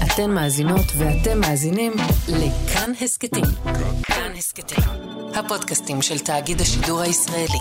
אתן מאזינות ואתם מאזינים לכאן הסקטים. כאן הסקטים, הפודקאסטים של תאגיד השידור הישראלי.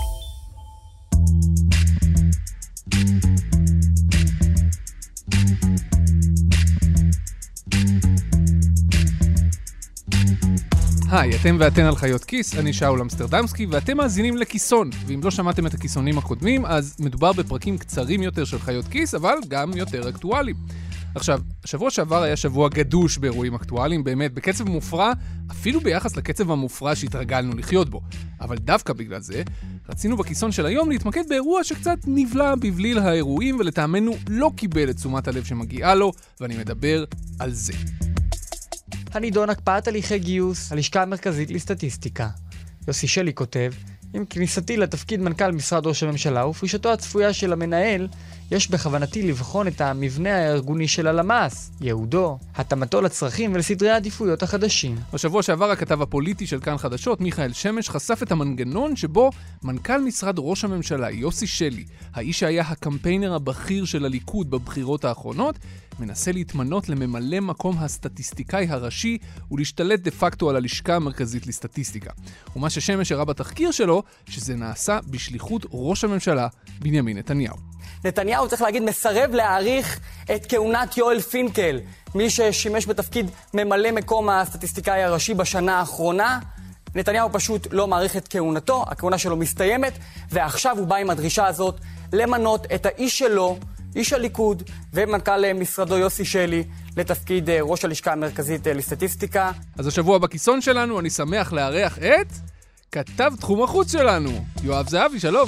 היי, אתם ואתן על חיות כיס, אני שאול אמסטרדמסקי, ואתם מאזינים לכיסון. ואם לא שמעתם את הכיסונים הקודמים, אז מדובר בפרקים קצרים יותר של חיות כיס, אבל גם יותר אקטואליים. עכשיו, השבוע שעבר היה שבוע גדוש באירועים אקטואליים, באמת, בקצב מופרע, אפילו ביחס לקצב המופרע שהתרגלנו לחיות בו. אבל דווקא בגלל זה, רצינו בכיסון של היום להתמקד באירוע שקצת נבלע בבליל האירועים, ולטעמנו לא קיבל את תשומת הלב שמגיעה לו, ואני מדבר על זה. הנידון הקפאת הליכי גיוס, הלשכה המרכזית לסטטיסטיקה. יוסי שלי כותב, עם כניסתי לתפקיד מנכ"ל משרד ראש הממשלה ופרישתו הצפויה של המנהל, יש בכוונתי לבחון את המבנה הארגוני של הלמ"ס, ייעודו, התאמתו לצרכים ולסדרי העדיפויות החדשים. בשבוע שעבר הכתב הפוליטי של כאן חדשות, מיכאל שמש, חשף את המנגנון שבו מנכ"ל משרד ראש הממשלה, יוסי שלי, האיש שהיה הקמפיינר הבכיר של הליכוד בבחירות האחרונות, מנסה להתמנות לממלא מקום הסטטיסטיקאי הראשי ולהשתלט דה פקטו על הלשכה המרכזית לסטטיסטיקה. ומה ששמש הראה בתחקיר שלו, שזה נעשה בשליחות ראש הממשלה בנימין נתניהו. נתניהו, צריך להגיד, מסרב להאריך את כהונת יואל פינקל, מי ששימש בתפקיד ממלא מקום הסטטיסטיקאי הראשי בשנה האחרונה. נתניהו פשוט לא מאריך את כהונתו, הכהונה שלו מסתיימת, ועכשיו הוא בא עם הדרישה הזאת למנות את האיש שלו, איש הליכוד ומנכ"ל משרדו יוסי שלי לתפקיד ראש הלשכה המרכזית לסטטיסטיקה. אז השבוע בכיסון שלנו אני שמח לארח את כתב תחום החוץ שלנו, יואב זהבי, שלום.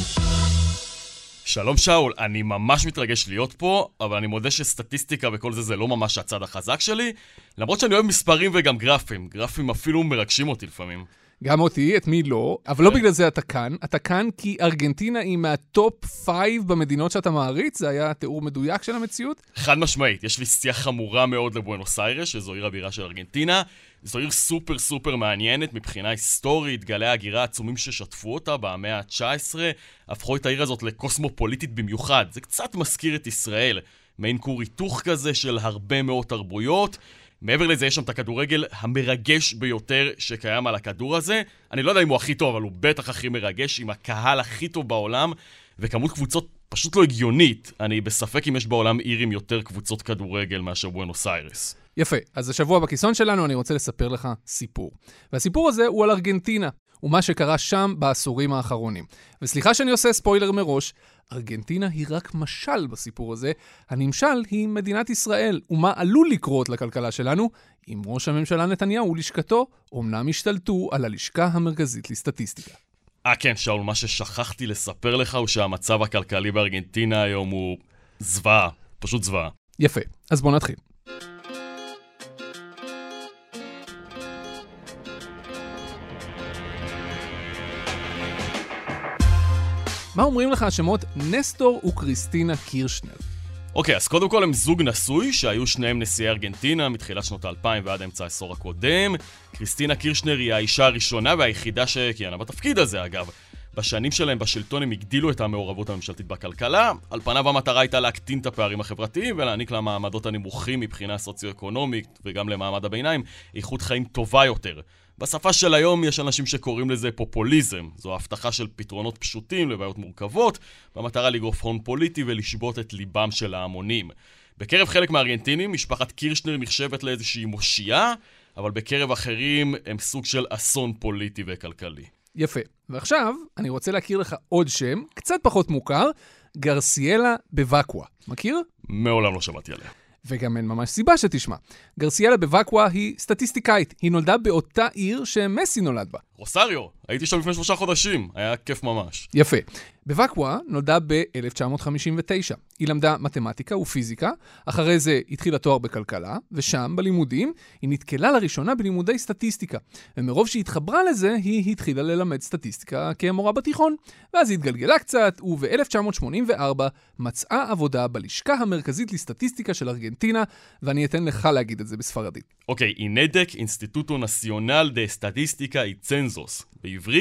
שלום שאול, אני ממש מתרגש להיות פה, אבל אני מודה שסטטיסטיקה וכל זה לא ממש הצד החזק שלי, למרות שאני אוהב מספרים וגם גרפים. גרפים אפילו מרגשים אותי לפעמים. גם אותי, את מי לא, אבל לא בגלל זה אתה כאן. אתה כאן כי ארגנטינה היא מהטופ 5 במדינות שאתה מעריץ, זה היה תיאור מדויק של המציאות? חד משמעית, יש לי סטייה חמורה מאוד לבואנוס איירס, שזו עיר הבירה של ארגנטינה. זו עיר סופר סופר מעניינת מבחינה היסטורית, גלי ההגירה העצומים ששתפו אותה במאה ה-19, הפכו את העיר הזאת לקוסמופוליטית במיוחד. זה קצת מזכיר את ישראל, מעין כור היתוך כזה של הרבה מאוד תרבויות. מעבר לזה יש שם את הכדורגל המרגש ביותר שקיים על הכדור הזה. אני לא יודע אם הוא הכי טוב, אבל הוא בטח הכי מרגש, עם הקהל הכי טוב בעולם, וכמות קבוצות פשוט לא הגיונית. אני בספק אם יש בעולם עיר עם יותר קבוצות כדורגל מאשר בואנוס איירס. יפה, אז השבוע בכיסון שלנו אני רוצה לספר לך סיפור. והסיפור הזה הוא על ארגנטינה, ומה שקרה שם בעשורים האחרונים. וסליחה שאני עושה ספוילר מראש, ארגנטינה היא רק משל בסיפור הזה. הנמשל היא מדינת ישראל, ומה עלול לקרות לכלכלה שלנו אם ראש הממשלה נתניהו ולשכתו אומנם השתלטו על הלשכה המרכזית לסטטיסטיקה. כן, שאול, מה ששכחתי לספר לך הוא שהמצב הכלכלי בארגנטינה היום הוא זוועה, פשוט זוועה. יפה, אז בוא נתחיל. מה אומרים לך השמות נסטור וקריסטינה קירשנר? אוקיי, אז קודם כל הם זוג נשוי שהיו שניהם נשיאי ארגנטינה מתחילת שנות ה-2000 ועד אמצע העשור הקודם. קריסטינה קירשנר היא האישה הראשונה והיחידה שכיהנה בתפקיד הזה, אגב. בשנים שלהם בשלטון הם הגדילו את המעורבות הממשלתית בכלכלה. על פניו המטרה הייתה להקטין את הפערים החברתיים ולהעניק למעמדות הנמוכים מבחינה סוציו-אקונומית וגם למעמד הביניים איכות חיים טובה יותר. בשפה של היום יש אנשים שקוראים לזה פופוליזם. זו ההבטחה של פתרונות פשוטים לבעיות מורכבות, במטרה לגרוף הון פוליטי ולשבות את ליבם של ההמונים. בקרב חלק מהארגנטינים, משפחת קירשנר נחשבת לאיזושהי מושיעה, אבל בקרב אחרים הם סוג של אסון פוליטי וכלכלי. יפה. ועכשיו אני רוצה להכיר לך עוד שם, קצת פחות מוכר, גרסיאלה בוואקווה. מכיר? מעולם לא שמעתי עליה. וגם אין ממש סיבה שתשמע. גרסיאלה בוואקווה היא סטטיסטיקאית. היא נולדה באותה עיר שמסי נולד בה. רוסריו, הייתי שם לפני 3 חודשים. היה כיף ממש. יפה. בוואקווה נולדה ב-1959. היא למדה מתמטיקה ופיזיקה, אחרי זה התחילה תואר בכלכלה, ושם, בלימודים, היא נתקלה לראשונה בלימודי סטטיסטיקה. ומרוב שהיא התחברה לזה, היא התחילה ללמד סטטיסטיקה כמורה בתיכון. ואז היא התגלגלה קצת, וב-1984 מצאה עבודה בלשכה המרכזית לסטטיסטיקה של ארגנטינה, ואני אתן לך להגיד את זה בספרדית. אוקיי, אינדק, אינסטיטוטו נציונל דה סטטיסטיקה y censos. בעברית,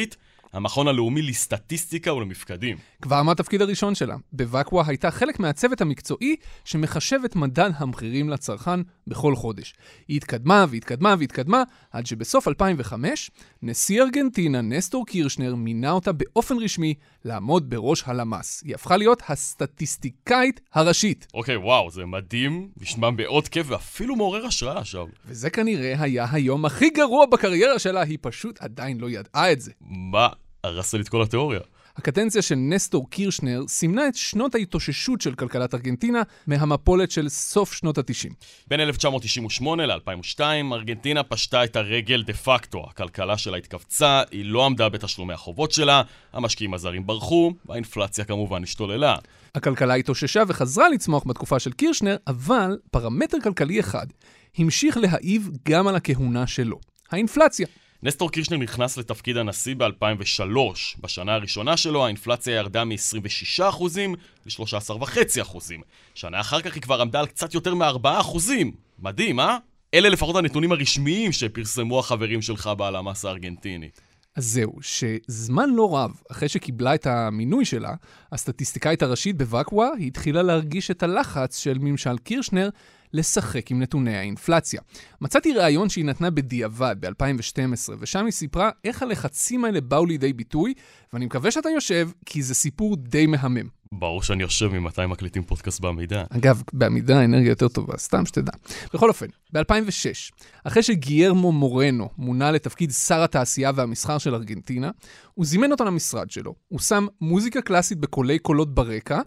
המכון הלאומי לסטטיסטיקה ולמפקדים. כבר מה התפקיד הראשון שלה? בוואקווה הייתה חלק מהצוות המקצועי שמחשב את מדד המחירים לצרכן בכל חודש. היא התקדמה והתקדמה והתקדמה, עד שבסוף 2005, נשיא ארגנטינה נסטור קירשנר מינה אותה באופן רשמי לעמוד בראש הלמ"ס. היא הפכה להיות הסטטיסטיקאית הראשית. אוקיי, וואו, זה מדהים, נשמע מאוד כיף ואפילו מעורר השראה עכשיו. וזה כנראה היה היום הכי גרוע בקריירה שלה, היא פשוט עדיין לא ידעה את זה. מה? הרסת לי את כל התיאוריה. הקדנציה של נסטור קירשנר סימנה את שנות ההתאוששות של כלכלת ארגנטינה מהמפולת של סוף שנות ה-90. בין 1998 ל-2002, ארגנטינה פשטה את הרגל דה פקטו. הכלכלה שלה התכווצה, היא לא עמדה בתשלומי החובות שלה, המשקיעים הזרים ברחו, והאינפלציה כמובן השתוללה. הכלכלה התאוששה וחזרה לצמוח בתקופה של קירשנר, אבל פרמטר כלכלי אחד המשיך להעיב גם על הכהונה שלו. האינפלציה. נסטור קירשנר נכנס לתפקיד הנשיא ב-2003. בשנה הראשונה שלו האינפלציה ירדה מ-26% ל-13.5%. שנה אחר כך היא כבר עמדה על קצת יותר מ-4%. מדהים, אה? אלה לפחות הנתונים הרשמיים שפרסמו החברים שלך בהלמ"ס הארגנטינית. אז זהו, שזמן לא רב אחרי שקיבלה את המינוי שלה, הסטטיסטיקאית הראשית בוואקווה התחילה להרגיש את הלחץ של ממשל קירשנר לשחק עם נתוני האינפלציה. מצאתי ראיון שהיא נתנה בדיעבד ב-2012, ושם היא סיפרה איך הלחצים האלה באו לידי ביטוי, ואני מקווה שאתה יושב, כי זה סיפור די מהמם. ברור שאני יושב ממתי מקליטים פודקאסט בעמידה. אגב, בעמידה האנרגיה יותר טובה, סתם שתדע. בכל אופן, ב-2006, אחרי שגיירמו מורנו מונה לתפקיד שר התעשייה והמסחר של ארגנטינה, הוא זימן אותו למשרד שלו. הוא שם מוזיקה קלאסית בקולי קולות ברקע,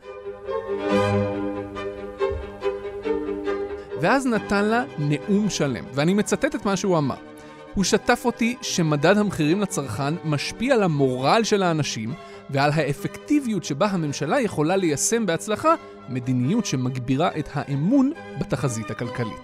ואז נתן לה נאום שלם, ואני מצטט את מה שהוא אמר. הוא שתף אותי שמדד המחירים לצרכן משפיע על המורל של האנשים, ועל האפקטיביות שבה הממשלה יכולה ליישם בהצלחה מדיניות שמגבירה את האמון בתחזית הכלכלית.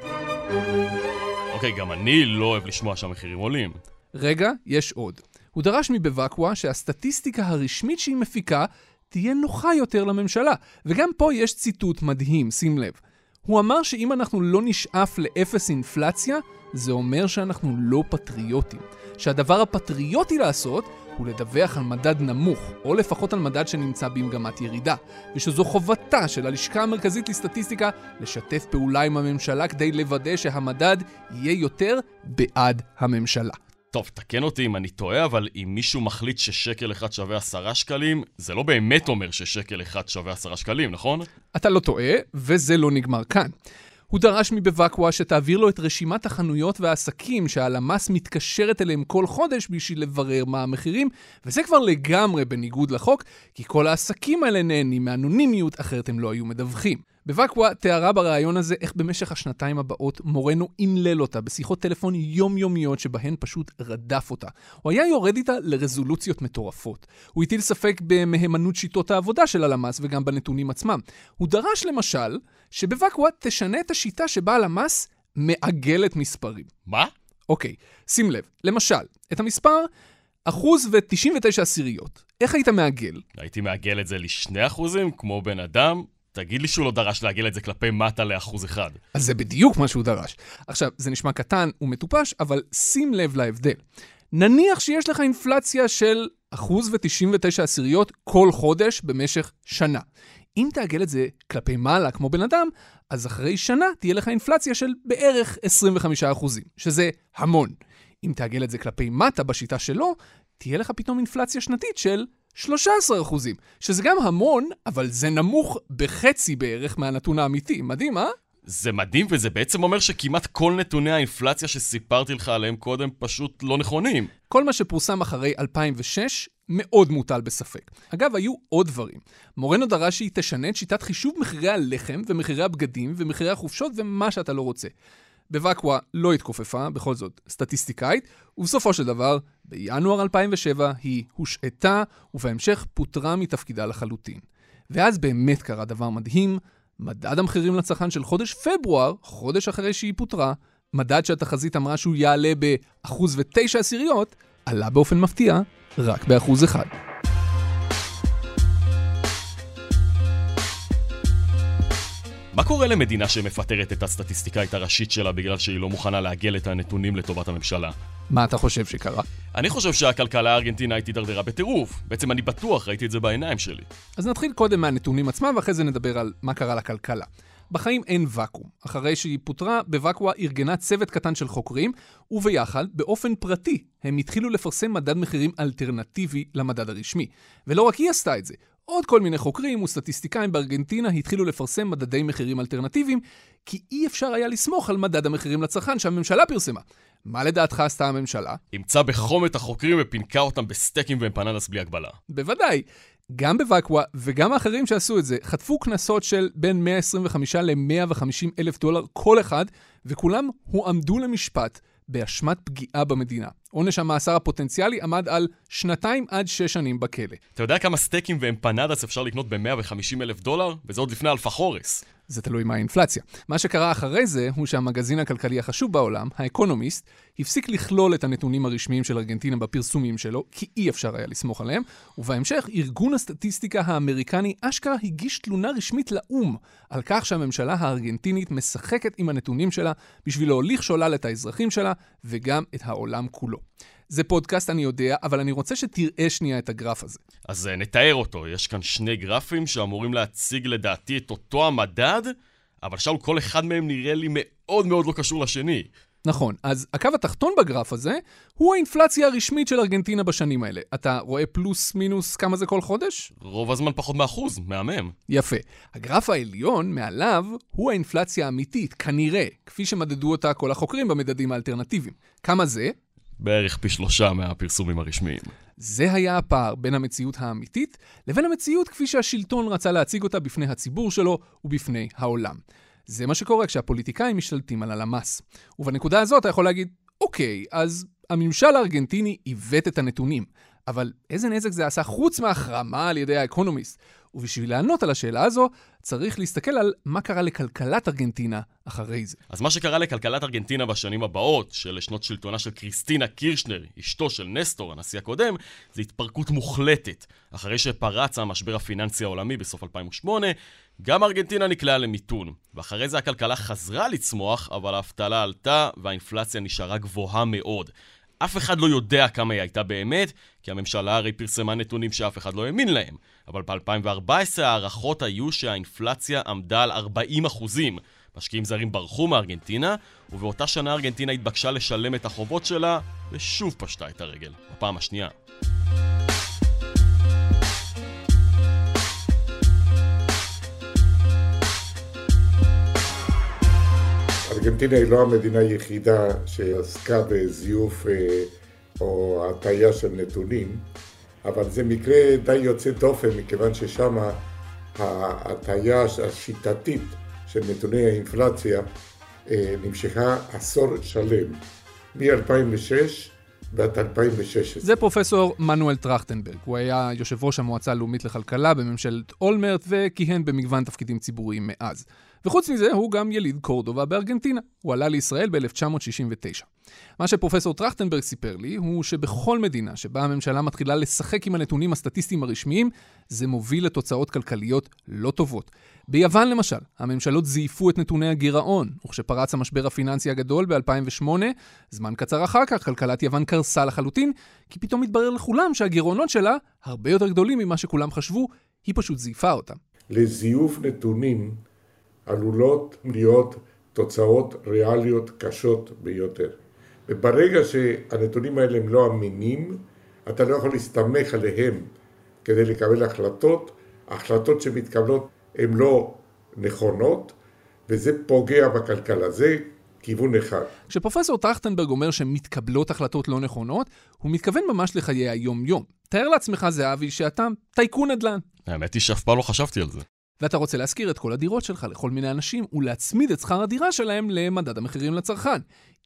אוקיי, גם אני לא אוהב לשמוע שהמחירים עולים. רגע, יש עוד. הוא דרש מבוואקווה שהסטטיסטיקה הרשמית שהיא מפיקה תהיה נוחה יותר לממשלה, וגם פה יש ציטוט מדהים, שים לב. הוא אמר שאם אנחנו לא נשאף לאפס אינפלציה, זה אומר שאנחנו לא פטריוטים. שהדבר הפטריוטי לעשות הוא לדווח על מדד נמוך, או לפחות על מדד שנמצא במגמת ירידה, ושזו חובתה של הלשכה המרכזית לסטטיסטיקה לשתף פעולה עם הממשלה כדי לוודא שהמדד יהיה יותר בעד הממשלה. טוב, תקן אותי אם אני טועה, אבל אם מישהו מחליט ששקל אחד שווה 10 שקלים, זה לא באמת אומר ששקל אחד שווה 10 שקלים, נכון? אתה לא טועה, וזה לא נגמר כאן. הוא דרש מבוואקווה שתעביר לו את רשימת החנויות והעסקים שהלמ"ס מתקשרת אליהם כל חודש בשביל לברר מה המחירים, וזה כבר לגמרי בניגוד לחוק, כי כל העסקים האלה נהנים מאנונימיות, אחרת הם לא היו מדווחים. בוואקווה תיארה ברעיון הזה איך במשך השנתיים הבאות מורנו אינלל אותה בשיחות טלפון יומיומיות שבהן פשוט רדף אותה. הוא היה יורד איתה לרזולוציות מטורפות. הוא הטיל ספק במהימנות שיטות העבודה של הלמ"ס וגם בנתונים עצמם. הוא דרש למשל שבוואקווה תשנה את השיטה שבה הלמ"ס מעגלת מספרים. מה? אוקיי, שים לב. למשל, את המספר 1.99%. איך היית מעגל? הייתי מעגל את זה ל2%, כמו בן אדם. תגיד לי שהוא לא דרש להגיל את זה כלפי מטה ל1%. אז זה בדיוק מה שהוא דרש. עכשיו, זה נשמע קטן ומטופש, אבל שים לב להבדל. נניח שיש לך אינפלציה של 1.99% כל חודש במשך שנה. אם תעגל את זה כלפי מעלה כמו בן אדם, אז אחרי שנה תהיה לך אינפלציה של בערך 25%, שזה המון. אם תעגל את זה כלפי מטה בשיטה שלו, תהיה לך פתאום אינפלציה שנתית של 13%, שזה גם המון, אבל זה נמוך בחצי בערך מהנתון האמיתי. מדהים, אה? זה מדהים, וזה בעצם אומר שכמעט כל נתוני האינפלציה שסיפרתי לך עליהם קודם פשוט לא נכונים. כל מה שפורסם אחרי 2006 מאוד מוטל בספק. אגב, היו עוד דברים. מורנו דרש שהיא תשנה את שיטת חישוב מחירי הלחם ומחירי הבגדים ומחירי החופשות ומה שאתה לא רוצה. בוואקווה לא התכופפה, בכל זאת סטטיסטיקאית, ובסופו של דבר, בינואר 2007 היא הושעתה, ובהמשך פוטרה מתפקידה לחלוטין. ואז באמת קרה דבר מדהים, מדד המחירים לצרכן של חודש פברואר, חודש אחרי שהיא פוטרה, מדד שהתחזית אמרה שהוא יעלה ב1.9%, עלה באופן מפתיע רק ב1%. מה קורה למדינה שמפטרת את הסטטיסטיקאית הראשית שלה בגלל שהיא לא מוכנה לעגל את הנתונים לטובת הממשלה? מה אתה חושב שקרה? אני חושב שהכלכלה הארגנטינאית הידרדרה בטירוף. בעצם אני בטוח, ראיתי את זה בעיניים שלי. אז נתחיל קודם מהנתונים עצמם, ואחרי זה נדבר על מה קרה לכלכלה. בחיים אין וקום. אחרי שהיא פוטרה, בוואקווה ארגנה צוות קטן של חוקרים, וביחד, באופן פרטי, הם התחילו לפרסם מדד מחירים אלטרנטיבי למדד הרשמי. ולא רק היא עשתה את זה. עוד כל מיני חוקרים וסטטיסטיקאים בארגנטינה התחילו לפרסם מדדי מחירים אלטרנטיביים, כי אי אפשר היה לסמוך על מדד המחירים לצרכן שהממשלה פרסמה. מה לדעתך עשתה הממשלה? אימצה בחום את החוקרים ופינקה אותם בסטייקים ואמפנדס בלי הגבלה. בוודאי. גם בוואקווה וגם האחרים שעשו את זה חטפו קנסות של בין 125 ל-150 אלף דולר כל אחד, וכולם הועמדו למשפט באשמת פגיעה במדינה. עונש המאסר הפוטנציאלי עמד על 2 עד 6 שנים בכלא. אתה יודע כמה סטייקים ואמפנדס אפשר לקנות ב-150 אלף דולר? וזה עוד לפני אלפחורס. זה תלוי מה האינפלציה. מה שקרה אחרי זה הוא שהמגזין הכלכלי החשוב בעולם, האקונומיסט, הפסיק לכלול את הנתונים הרשמיים של ארגנטינה בפרסומים שלו, כי אי אפשר היה לסמוך עליהם, ובהמשך ארגון הסטטיסטיקה האמריקני אשכרה הגיש תלונה רשמית לאום על כך שהממשלה הארגנטינית משחקת עם הנתונים שלה בשביל להוליך שולל את האזרחים שלה וגם את העולם כולו. זה פודקאסט, אני יודע, אבל אני רוצה שתראה שנייה את הגרף הזה. אז נתאר אותו. יש כאן 2 גרפים שאמורים להציג לדעתי את אותו המדד, אבל שאול, כל אחד מהם נראה לי מאוד מאוד לא קשור לשני. נכון, אז הקו התחתון בגרף הזה הוא האינפלציה הרשמית של ארגנטינה בשנים האלה. אתה רואה פלוס מינוס כמה זה כל חודש? רוב הזמן פחות מ1%, מהמם. יפה. הגרף העליון מעליו הוא האינפלציה האמיתית, כנראה, כפי שמדדו אותה כל החוקרים במדדים האלטרנטיביים. כמה זה? בערך פי 3 מהפרסומים הרשמיים. זה היה הפער בין המציאות האמיתית לבין המציאות כפי שהשלטון רצה להציג אותה בפני הציבור שלו ובפני העולם. זה מה שקורה כשהפוליטיקאים משתלטים על הלמ"ס. ובנקודה הזאת אתה יכול להגיד, אוקיי, אז הממשל הארגנטיני עיוות את הנתונים, אבל איזה נזק זה עשה חוץ מהחרמה על ידי האקונומיסט? ובשביל לענות על השאלה הזו, צריך להסתכל על מה קרה לכלכלת ארגנטינה אחרי זה. אז מה שקרה לכלכלת ארגנטינה בשנים הבאות, של שנות שלטונה של קריסטינה קירשנר, אשתו של נסטור, הנשיא הקודם, זה התפרקות מוחלטת. אחרי שפרץ המשבר הפיננסי העולמי בסוף 2008, גם ארגנטינה נקלעה למיתון. ואחרי זה הכלכלה חזרה לצמוח, אבל האבטלה עלתה והאינפלציה נשארה גבוהה מאוד. אף אחד לא יודע כמה היא הייתה באמת, כי הממשלה הרי פרסמה נתונים שאף אחד לא האמין להם. אבל ב-2014 הערכות היו שהאינפלציה עמדה על 40%. משקיעים זרים ברחו מארגנטינה, ובאותה שנה ארגנטינה התבקשה לשלם את החובות שלה, ושוב פשטה את הרגל, בפעם השנייה. ארגנטינה היא לא המדינה היחידה שעסקה בזיוף או הטעיה של נתונים, אבל זה מקרה די יוצא דופן, מכיוון ששם הטעיה השיטתית של נתוני האינפלציה נמשכה עשור שלם, מ-2006 ועד 2016. זה פרופסור מנואל טרכטנברג. הוא היה יושב ראש המועצה הלאומית לכלכלה בממשלת אולמרט וכיהן במגוון תפקידים ציבוריים מאז. וחוץ מזה הוא גם יליד קורדובה בארגנטינה. הוא עלה לישראל ב-1969. מה שפרופסור טרכטנברג סיפר לי הוא שבכל מדינה שבה הממשלה מתחילה לשחק עם הנתונים הסטטיסטיים הרשמיים, זה מוביל לתוצאות כלכליות לא טובות. ביוון למשל, הממשלות זייפו את נתוני הגירעון, וכשפרץ המשבר הפיננסי הגדול ב-2008, זמן קצר אחר כך כלכלת יוון קרסה לחלוטין, כי פתאום התברר לכולם שהגירעונות שלה הרבה יותר גדולים ממה שכולם חשבו, היא פשוט זייפה אותם. לזיוף נתונים עלולות להיות תוצאות ריאליות קשות ביותר. וברגע שהנתונים האלה הם לא אמינים, אתה לא יכול להסתמך עליהם כדי לקבל החלטות. ההחלטות שמתקבלות הן לא נכונות, וזה פוגע בכלכלה. זה כיוון אחד. כשפרופסור טרכטנברג אומר שמתקבלות החלטות לא נכונות, הוא מתכוון ממש לחיי היום-יום. תאר לעצמך, זהבי, שאתה טייקון נדל"ן. האמת היא שאף פעם לא חשבתי על זה. ואתה רוצה להשכיר את כל הדירות שלך לכל מיני אנשים, ולהצמיד את שכר הדירה שלהם למדד המחירים לצרכן.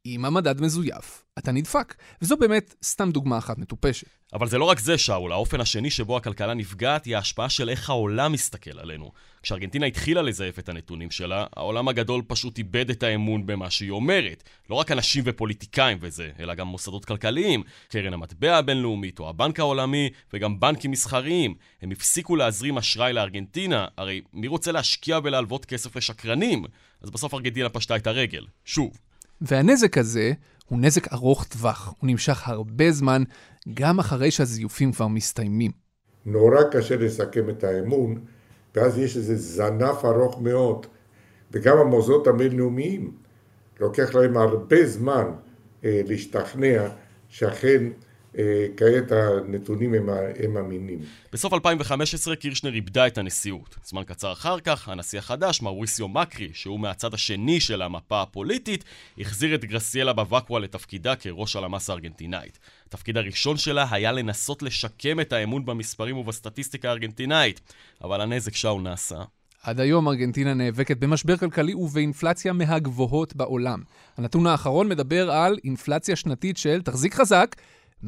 אם המדד מזויף, אתה נדפק. וזו באמת סתם דוגמה אחת מטופשת. אבל זה לא רק זה, שאול. האופן השני שבו הכלכלה נפגעת היא ההשפעה של איך העולם מסתכל עלינו. כשארגנטינה התחילה לזייף את הנתונים שלה, העולם הגדול פשוט איבד את האמון במה שהיא אומרת. לא רק אנשים ופוליטיקאים וזה, אלא גם מוסדות כלכליים, קרן המטבע הבינלאומית או הבנק העולמי וגם בנקים מסחריים. הם הפסיקו להזרים אשראי לארגנטינה, הרי מי רוצה להשקיע ולהלוות כסף לשקרנים? אז בסוף ארגנטינה פשטה את הרגל. שוב. והנזק הזה הוא נזק ארוך טווח. הוא נמשך הרבה זמן, גם אחרי שהזיופים כבר מסתיימים. נורא קשה לסכם את האמון, ואז יש איזה זנף ארוך מאוד. וגם המוסדות הבינלאומיים, לוקח להם הרבה זמן להשתכנע שאכן כעת הנתונים הם אמינים. בסוף 2015 קירשנר איבדה את הנשיאות. זמן קצר אחר כך, הנשיא החדש, מאוריסיו מקרי, שהוא מהצד השני של המפה הפוליטית, החזיר את גרסיאלה בוואקווה לתפקידה כראש הלמ"ס הארגנטינאית. התפקיד הראשון שלה היה לנסות לשקם את האמון במספרים ובסטטיסטיקה הארגנטינאית, אבל הנזק שאול נעשה. עד היום ארגנטינה נאבקת במשבר כלכלי ובאינפלציה מהגבוהות בעולם. הנתון האחרון מדבר על אינפלציה שנתית של, תחזיק חזק, 102%.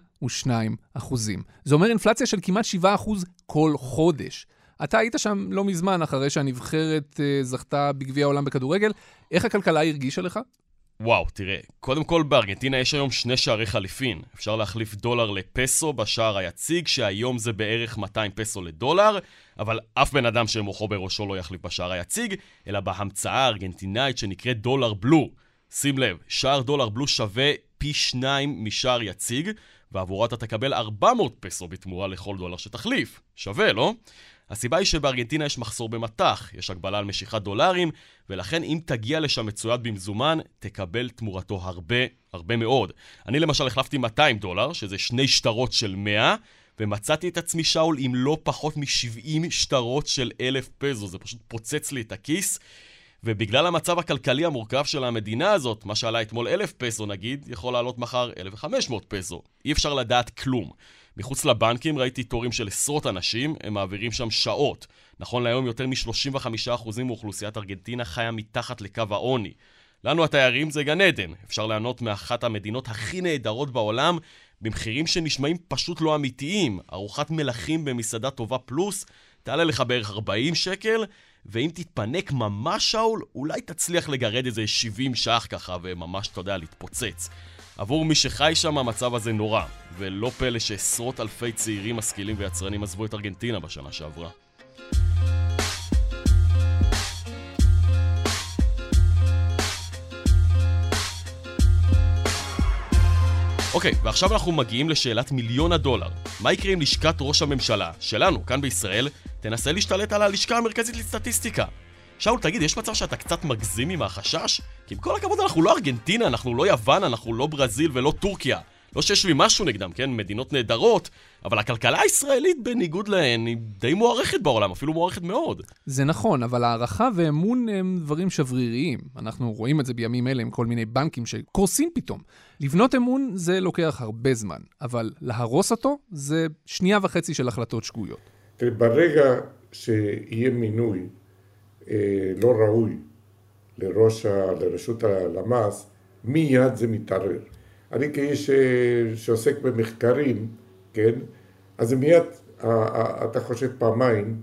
זה אומר אינפלציה של כמעט 7% כל חודש. אתה היית שם לא מזמן אחרי שהנבחרת זכתה בגביע העולם בכדורגל. איך הכלכלה הרגישה לך? וואו, תראה, קודם כל בארגנטינה יש היום 2 שערי חליפין. אפשר להחליף דולר לפסו בשער היציג, שהיום זה בערך 200 פסו לדולר, אבל אף בן אדם שמוחו בראשו לא יחליף בשער היציג, אלא בהמצאה הארגנטינאית שנקראת דולר בלו. שים לב, שער דולר בלו שווה פי 2 משער יציג, ועבורו אתה תקבל 400 פסו בתמורה לכל דולר שתחליף. שווה, לא? הסיבה היא שבארגנטינה יש מחסור במטח, יש הגבלה על משיכת דולרים, ולכן אם תגיע לשם מצויד במזומן, תקבל תמורתו הרבה מאוד. אני למשל החלפתי 200 דולר, שזה 2 שטרות של 100, ומצאתי את עצמי שאול עם לא פחות מ-70 שטרות של 1,000 פסו. זה פשוט פוצץ לי את הכיס. ובגלל המצב הכלכלי המורכב של המדינה הזאת, מה שעלה אתמול 1,000 פסו נגיד, יכול לעלות מחר 1,500 פסו. אי אפשר לדעת כלום. מחוץ לבנקים ראיתי תורים של עשרות אנשים, הם מעבירים שם שעות. נכון להיום יותר מ-35% מאוכלוסיית ארגנטינה חיה מתחת לקו העוני. לנו התיירים זה גן עדן. אפשר ליהנות מאחת המדינות הכי נהדרות בעולם, במחירים שנשמעים פשוט לא אמיתיים. ארוחת מלכים במסעדה טובה פלוס, תעלה לך בערך 40 שקל, ואם תתפנק ממש שאול, אולי תצליח לגרד איזה 70 שח ככה, וממש, אתה יודע, להתפוצץ. עבור מי שחי שם המצב הזה נורא, ולא פלא שעשרות אלפי צעירים משכילים ויצרנים עזבו את ארגנטינה בשנה שעברה. אוקיי, ועכשיו אנחנו מגיעים לשאלת $1,000,000. מה יקרה אם לשכת ראש הממשלה שלנו, כאן בישראל, תנסה להשתלט על הלשכה המרכזית לסטטיסטיקה? שאול, תגיד, יש מצב שאתה קצת מגזים עם החשש? כי עם כל הכבוד אנחנו לא ארגנטינה, אנחנו לא יוון, אנחנו לא ברזיל ולא טורקיה. לא שיש לי משהו נגדם, כן? מדינות נהדרות, אבל הכלכלה הישראלית בניגוד להן היא די מוערכת בעולם, אפילו מוערכת מאוד. זה נכון, אבל הערכה ואמון הם דברים שבריריים. אנחנו רואים את זה בימים אלה עם כל מיני בנקים שקורסים פתאום. לבנות אמון זה לוקח הרבה זמן, אבל להרוס אותו זה 1.5 שנייה של החלטות שגויות. ברגע שיהיה מינוי לא ראוי לרשות הלמ"ס, מיד זה מתערער. אני כאיש שעוסק במחקרים, כן? אז מיד אתה חושב פעמיים,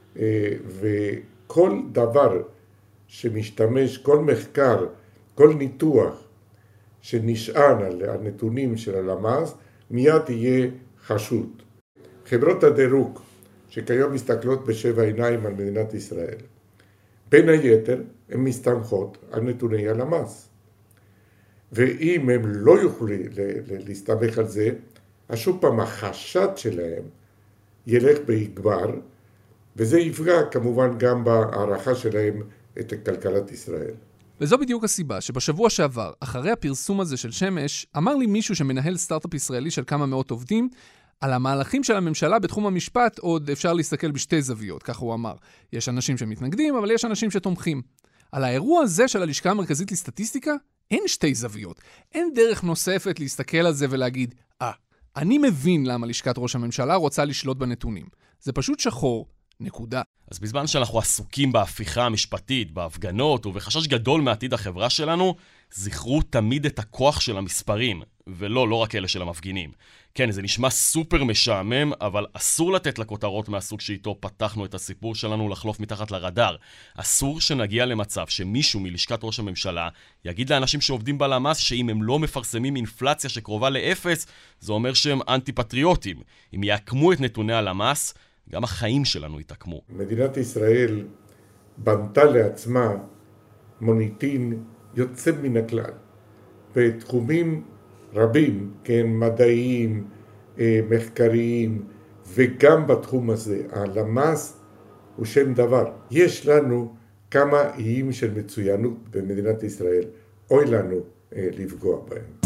וכל דבר שמשתמש, כל מחקר, כל ניתוח שנשען על הנתונים של הלמ"ס, מיד יהיה חשוד. חברות הדירוג, שכיום מסתכלות בשבע עיניים על מדינת ישראל, בין היתר הן מסתמכות על נתוני הלמ"ס. ואם הם לא יוכלו להסתמך על זה, אז שוב פעם החשד שלהם ילך ויגבר, וזה יפגע כמובן גם בהערכה שלהם את כלכלת ישראל. וזו בדיוק הסיבה שבשבוע שעבר, אחרי הפרסום הזה של שמש, אמר לי מישהו שמנהל סטארט-אפ ישראלי של כמה מאות עובדים, על המהלכים של הממשלה בתחום המשפט עוד אפשר להסתכל בשתי זוויות, כך הוא אמר. יש אנשים שמתנגדים, אבל יש אנשים שתומכים. על האירוע הזה של הלשכה המרכזית לסטטיסטיקה, אין שתי זוויות. אין דרך נוספת להסתכל על זה ולהגיד, אני מבין למה לשכת ראש הממשלה רוצה לשלוט בנתונים. זה פשוט שחור, נקודה. אז בזמן שאנחנו עסוקים בהפיכה המשפטית, בהפגנות ובחשש גדול מעתיד החברה שלנו, זכרו תמיד את הכוח של המספרים, ולא רק אלה של המפגינים. כן, זה נשמע סופר משעמם, אבל אסור לתת לכותרות מהסוג שאיתו פתחנו את הסיפור שלנו לחלוף מתחת לרדאר. אסור שנגיע למצב שמישהו מלשכת ראש הממשלה יגיד לאנשים שעובדים בלמ"ס שאם הם לא מפרסמים אינפלציה שקרובה לאפס, זה אומר שהם אנטי-פטריוטים. אם יעקמו את נתוני הלמ"ס, גם החיים שלנו יתעקמו. מדינת ישראל בנתה לעצמה מוניטין יוצא מן הכלל. בתחומים רבים, כן, מדעיים, מחקריים, וגם בתחום הזה, הלמ"ס הוא שם דבר. יש לנו כמה איים של מצוינות במדינת ישראל. אוי לנו לפגוע בהם.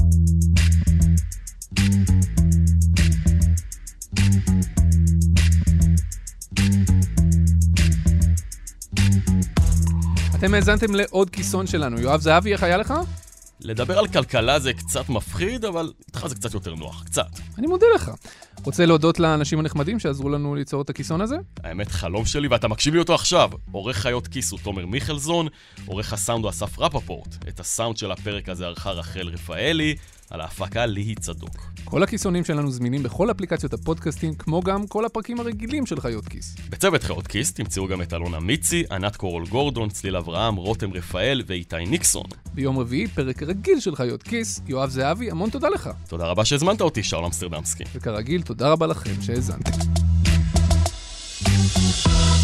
אתם האזנתם לעוד כיסון שלנו. יואב זהבי, איך היה לך? לדבר על כלכלה זה קצת מפחיד, אבל איתך זה קצת יותר נוח, קצת. אני מודה לך. רוצה להודות לאנשים הנחמדים שעזרו לנו ליצור את הכיסון הזה? האמת, חלום שלי, ואתה מקשיב לי אותו עכשיו. עורך חיות כיס הוא תומר מיכלזון, עורך הסאונד הוא אסף רפפורט. את הסאונד של הפרק הזה ערכה רחל רפאלי, על ההפקה ליהי צדוק. כל הכיסונים שלנו זמינים בכל אפליקציות הפודקאסטים, כמו גם כל הפרקים הרגילים של חיות כיס. בצוות חיות כיס תמצאו גם את אלונה מיצי, ענת קורול גורדון, צליל אברהם, רותם רפאל ואיתי ניקסון. ביום רביעי, פרק רגיל של חיות כיס. יואב זהבי, המון תודה לך. תודה רבה שהזמנת אותי, שאול אמסטרדמסקי. וכרגיל, תודה רבה לכם שהאזנתם.